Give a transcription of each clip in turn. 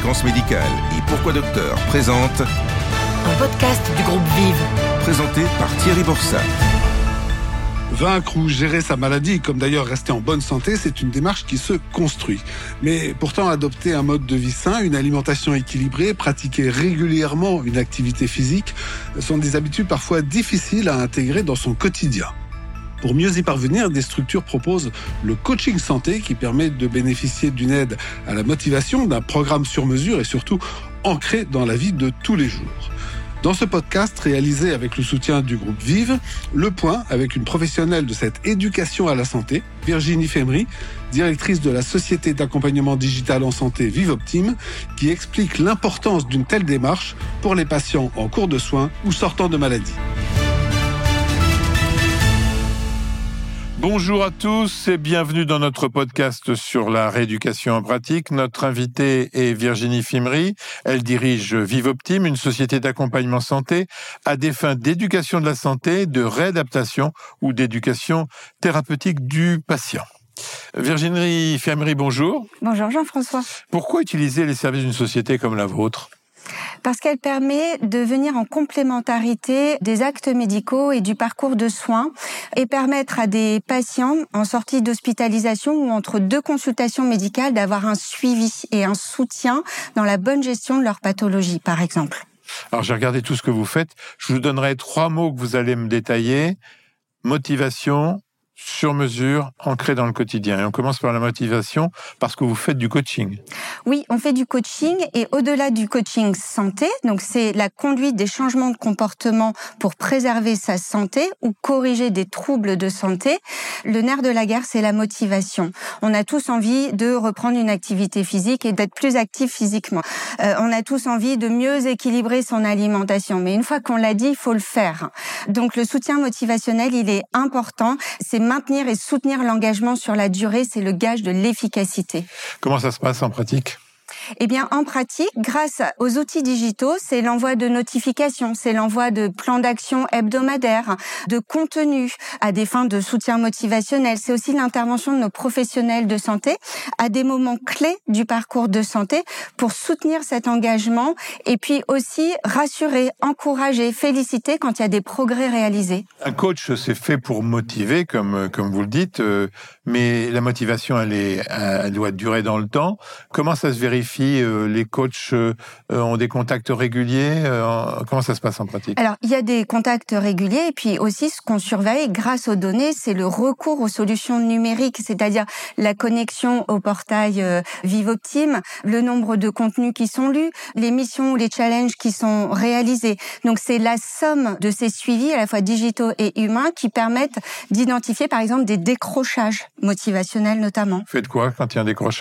Fréquence Médicale et Pourquoi Docteur présente un podcast du groupe Vive, présenté par Thierry Borsat. Vaincre ou gérer sa maladie, comme d'ailleurs rester en bonne santé, c'est une démarche qui se construit. Mais pourtant, adopter un mode de vie sain, une alimentation équilibrée, pratiquer régulièrement une activité physique, sont des habitudes parfois difficiles à intégrer dans son quotidien. Pour mieux y parvenir, des structures proposent le coaching santé qui permet de bénéficier d'une aide à la motivation, d'un programme sur mesure et surtout ancré dans la vie de tous les jours. Dans ce podcast réalisé avec le soutien du groupe Vive, le point avec une professionnelle de cette éducation à la santé, Virginie Femery, directrice de la société d'accompagnement digital en santé Vivoptime, qui explique l'importance d'une telle démarche pour les patients en cours de soins ou sortant de maladie. Bonjour à tous et bienvenue dans notre podcast sur la rééducation en pratique. Notre invitée est Virginie Femery. Elle dirige Vivoptime, une société d'accompagnement santé à des fins d'éducation de la santé, de réadaptation ou d'éducation thérapeutique du patient. Virginie Femery, bonjour. Bonjour Jean-François. Pourquoi utiliser les services d'une société comme la vôtre ? Parce qu'elle permet de venir en complémentarité des actes médicaux et du parcours de soins et permettre à des patients en sortie d'hospitalisation ou entre deux consultations médicales d'avoir un suivi et un soutien dans la bonne gestion de leur pathologie, par exemple. Alors j'ai regardé tout ce que vous faites. Je vous donnerai 3 mots que vous allez me détailler. Motivation, sur mesure, ancré dans le quotidien. Et on commence par la motivation parce que vous faites du coaching. Oui, on fait du coaching et au-delà du coaching santé, donc c'est la conduite des changements de comportement pour préserver sa santé ou corriger des troubles de santé. Le nerf de la guerre, c'est la motivation. On a tous envie de reprendre une activité physique et d'être plus actif physiquement. On a tous envie de mieux équilibrer son alimentation. Mais une fois qu'on l'a dit, il faut le faire. Donc le soutien motivationnel, il est important. C'est maintenir et soutenir l'engagement sur la durée, c'est le gage de l'efficacité. Comment ça se passe en pratique ? Eh bien, en pratique, grâce aux outils digitaux, c'est l'envoi de notifications, c'est l'envoi de plans d'action hebdomadaires, de contenus à des fins de soutien motivationnel. C'est aussi l'intervention de nos professionnels de santé à des moments clés du parcours de santé pour soutenir cet engagement et puis aussi rassurer, encourager, féliciter quand il y a des progrès réalisés. Un coach, c'est fait pour motiver, comme vous le dites, mais la motivation, elle doit durer dans le temps. Comment ça se vérifie ? Les coachs ont des contacts réguliers. Comment ça se passe en pratique ? Alors, il y a des contacts réguliers et puis aussi ce qu'on surveille grâce aux données, c'est le recours aux solutions numériques, c'est-à-dire la connexion au portail Vivoptime, le nombre de contenus qui sont lus, les missions ou les challenges qui sont réalisés. Donc, c'est la somme de ces suivis, à la fois digitaux et humains, qui permettent d'identifier, par exemple, des décrochages motivationnels notamment. Vous faites quoi quand il y a un décrochage ?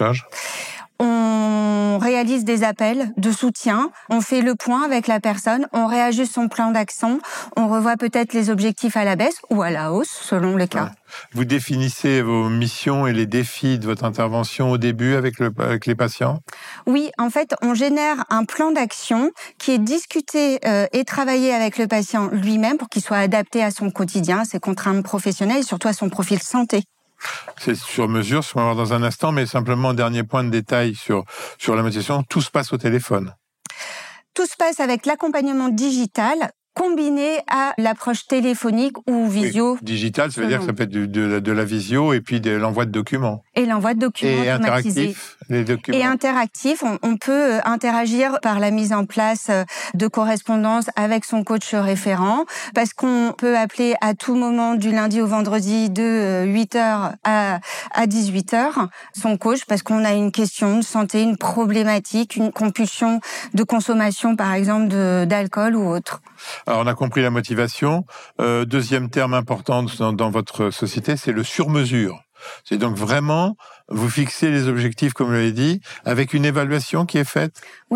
On réalise des appels de soutien, on fait le point avec la personne, on réajuste son plan d'action, on revoit peut-être les objectifs à la baisse ou à la hausse, selon les cas. Vous définissez vos missions et les défis de votre intervention au début avec les patients ? Oui, en fait, on génère un plan d'action qui est discuté et travaillé avec le patient lui-même pour qu'il soit adapté à son quotidien, à ses contraintes professionnelles et surtout à son profil santé. C'est sur mesure, ce qu'on va voir dans un instant, mais simplement un dernier point de détail sur la motivation. Tout se passe au téléphone. Tout se passe avec l'accompagnement digital combiné à l'approche téléphonique ou visio. Oui, digital, ça veut dire que ça peut être de la visio et puis de l'envoi de documents. Et l'envoi de documents et automatisés. Interactif, les documents. Et interactif, on peut interagir par la mise en place de correspondance avec son coach référent, parce qu'on peut appeler à tout moment du lundi au vendredi de 8h à 18h son coach, parce qu'on a une question de santé, une problématique, une compulsion de consommation par exemple d'alcool ou autre. Alors, on a compris la motivation. Deuxième terme important dans votre société, c'est le sur-mesure. C'est donc vraiment, vous fixez les objectifs, comme vous l'avez dit, avec une évaluation qui est faite ? Oui.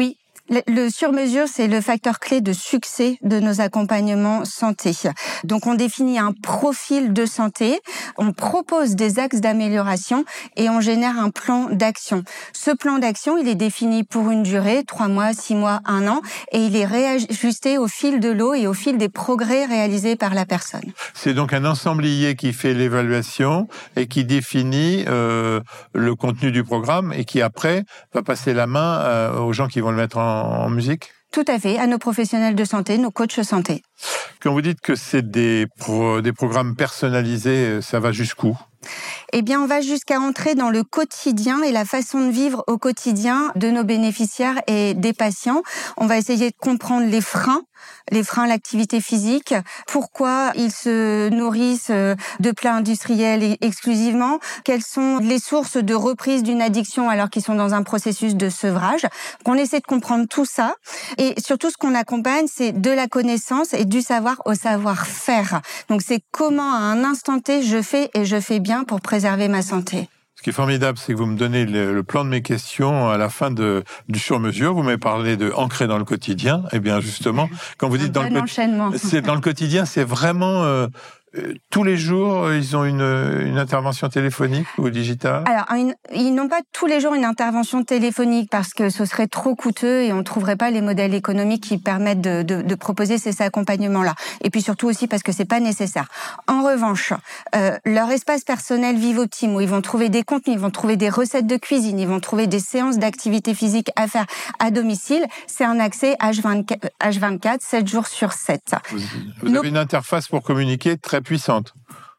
Le sur-mesure, c'est le facteur clé de succès de nos accompagnements santé. Donc, on définit un profil de santé, on propose des axes d'amélioration et on génère un plan d'action. Ce plan d'action, il est défini pour une durée, 3 mois, 6 mois, 1 an, et il est réajusté au fil de l'eau et au fil des progrès réalisés par la personne. C'est donc un ensemblier qui fait l'évaluation et qui définit le contenu du programme et qui après va passer la main aux gens qui vont le mettre en musique? Tout à fait, à nos professionnels de santé, nos coachs santé. Quand vous dites que c'est des programmes personnalisés, ça va jusqu'où? Eh bien, on va jusqu'à entrer dans le quotidien et la façon de vivre au quotidien de nos bénéficiaires et des patients. On va essayer de comprendre les freins à l'activité physique, pourquoi ils se nourrissent de plats industriels exclusivement, quelles sont les sources de reprise d'une addiction alors qu'ils sont dans un processus de sevrage. On essaie de comprendre tout ça et surtout ce qu'on accompagne, c'est de la connaissance et du savoir au savoir-faire. Donc c'est comment à un instant T je fais et je fais bien pour préserver ma santé. Ce qui est formidable, c'est que vous me donnez le plan de mes questions à la fin du sur-mesure. Vous m'avez parlé de ancrer dans le quotidien. Eh bien, justement, quand vous dites dans le quotidien, c'est vraiment tous les jours, ils ont une intervention téléphonique ou digitale? Alors, ils n'ont pas tous les jours une intervention téléphonique parce que ce serait trop coûteux et on ne trouverait pas les modèles économiques qui permettent de proposer ces accompagnements-là. Et puis surtout aussi parce que c'est pas nécessaire. En revanche, leur espace personnel Vivoptime où ils vont trouver des contenus, ils vont trouver des recettes de cuisine, ils vont trouver des séances d'activité physique à faire à domicile, c'est un accès H24, 7 jours sur 7. Vous avez une interface pour communiquer très puissante.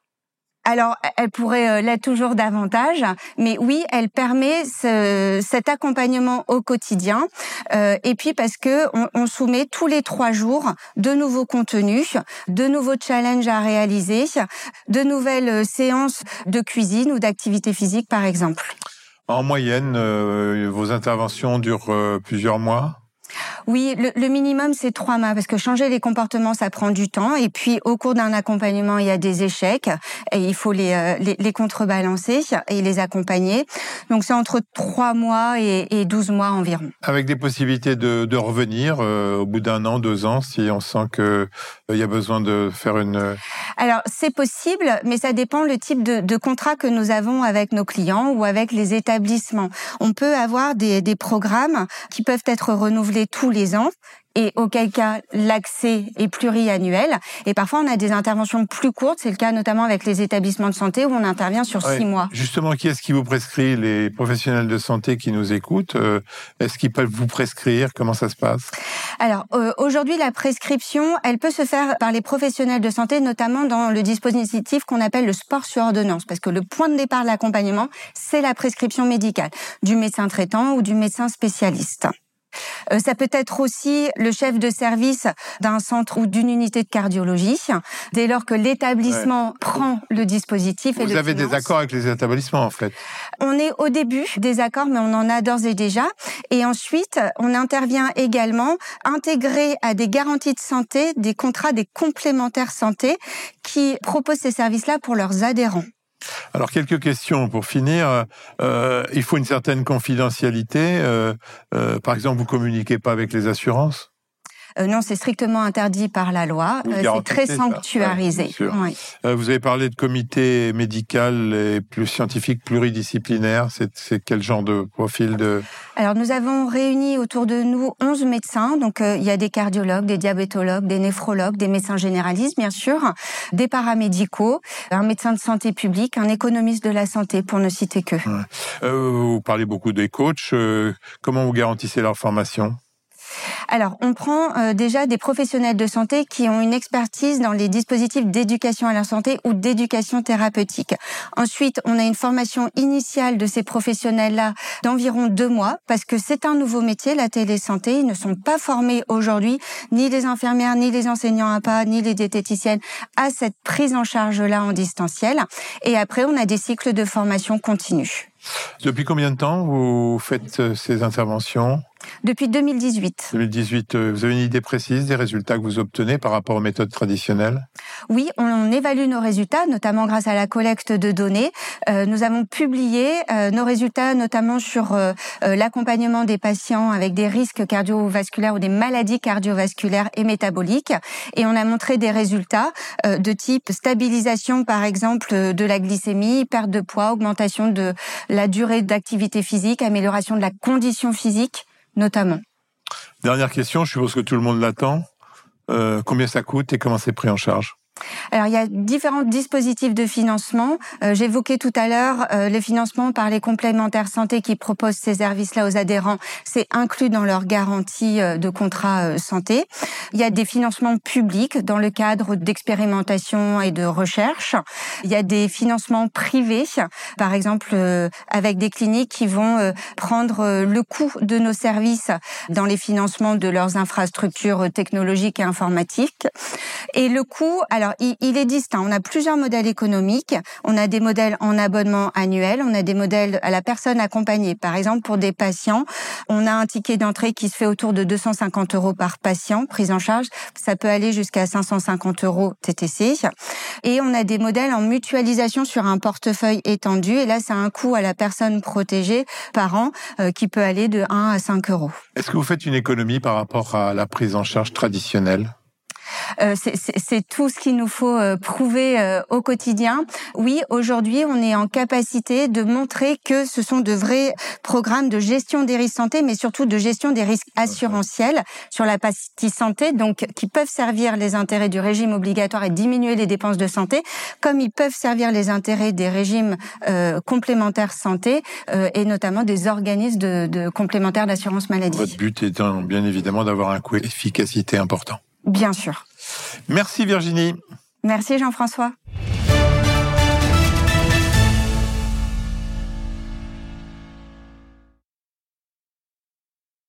Alors, elle pourrait l'être toujours davantage, mais oui, elle permet cet accompagnement au quotidien. Et puis parce que on soumet tous les 3 jours de nouveaux contenus, de nouveaux challenges à réaliser, de nouvelles séances de cuisine ou d'activité physique, par exemple. En moyenne, vos interventions durent plusieurs mois? Oui, le minimum, c'est 3 mois, parce que changer les comportements, ça prend du temps. Et puis, au cours d'un accompagnement, il y a des échecs, et il faut les contrebalancer et les accompagner. Donc, c'est entre 3 mois et 12 mois environ. Avec des possibilités de revenir au bout d'1 an, 2 ans, si on sent que il y a besoin de faire une... Alors, c'est possible, mais ça dépend le type de contrat que nous avons avec nos clients ou avec les établissements. On peut avoir des programmes qui peuvent être renouvelés tous les ans, et auquel cas l'accès est pluriannuel. Et parfois, on a des interventions plus courtes. C'est le cas notamment avec les établissements de santé où on intervient sur 6 mois. Justement, qui est-ce qui vous prescrit? Les professionnels de santé qui nous écoutent, est-ce qu'ils peuvent vous prescrire? Comment ça se passe? Alors, aujourd'hui, la prescription, elle peut se faire par les professionnels de santé, notamment dans le dispositif qu'on appelle le sport sur ordonnance. Parce que le point de départ de l'accompagnement, c'est la prescription médicale du médecin traitant ou du médecin spécialiste. Ça peut être aussi le chef de service d'un centre ou d'une unité de cardiologie, dès lors que l'établissement prend le dispositif et le finance. Vous avez des accords avec les établissements, en fait? On est au début des accords, mais on en a d'ores et déjà. Et ensuite, on intervient également intégré à des garanties de santé, des contrats, des complémentaires santé qui proposent ces services-là pour leurs adhérents. Alors, quelques questions pour finir. Il faut une certaine confidentialité. Par exemple, vous communiquez pas avec les assurances? Non, c'est strictement interdit par la loi. C'est très sanctuarisé. Oui. Vous avez parlé de comité médical et plus scientifique pluridisciplinaire. C'est quel genre de profil de... Alors, nous avons réuni autour de nous 11 médecins. Donc, il y a des cardiologues, des diabétologues, des néphrologues, des médecins généralistes, bien sûr, des paramédicaux, un médecin de santé publique, un économiste de la santé, pour ne citer que. Vous parlez beaucoup des coachs. Comment vous garantissez leur formation? Alors, on prend déjà des professionnels de santé qui ont une expertise dans les dispositifs d'éducation à la santé ou d'éducation thérapeutique. Ensuite, on a une formation initiale de ces professionnels-là d'environ 2 mois, parce que c'est un nouveau métier, la télésanté. Ils ne sont pas formés aujourd'hui, ni les infirmières, ni les enseignants APA, ni les diététiciennes, à cette prise en charge-là en distanciel. Et après, on a des cycles de formation continue. Depuis combien de temps vous faites ces interventions? Depuis 2018. 2018, vous avez une idée précise des résultats que vous obtenez par rapport aux méthodes traditionnelles? Oui, on évalue nos résultats, notamment grâce à la collecte de données. Nous avons publié nos résultats, notamment sur l'accompagnement des patients avec des risques cardiovasculaires ou des maladies cardiovasculaires et métaboliques. Et on a montré des résultats de type stabilisation, par exemple, de la glycémie, perte de poids, augmentation de la durée d'activité physique, amélioration de la condition physique, notamment. Dernière question, je suppose que tout le monde l'attend. Combien ça coûte et comment c'est pris en charge ? Alors, il y a différents dispositifs de financement. J'évoquais tout à l'heure le financement par les complémentaires santé qui proposent ces services-là aux adhérents. C'est inclus dans leur garantie de contrat santé. Il y a des financements publics dans le cadre d'expérimentation et de recherche. Il y a des financements privés, par exemple avec des cliniques qui vont prendre le coût de nos services dans les financements de leurs infrastructures technologiques et informatiques. Et le coût, alors il est distinct. On a plusieurs modèles économiques. On a des modèles en abonnement annuel. On a des modèles à la personne accompagnée. Par exemple, pour des patients, on a un ticket d'entrée qui se fait autour de 250 € par patient, prise en charge. Ça peut aller jusqu'à 550 € TTC. Et on a des modèles en mutualisation sur un portefeuille étendu. Et là, c'est un coût à la personne protégée par an qui peut aller de 1 à 5 €. Est-ce que vous faites une économie par rapport à la prise en charge traditionnelle ? C'est tout ce qu'il nous faut prouver au quotidien. Oui, aujourd'hui, on est en capacité de montrer que ce sont de vrais programmes de gestion des risques santé, mais surtout de gestion des risques assurantiels sur la partie santé, donc qui peuvent servir les intérêts du régime obligatoire et diminuer les dépenses de santé, comme ils peuvent servir les intérêts des régimes complémentaires santé et notamment des organismes de complémentaires d'assurance maladie. Votre but étant bien évidemment d'avoir un coût efficacité important. Bien sûr. Merci Virginie. Merci Jean-François.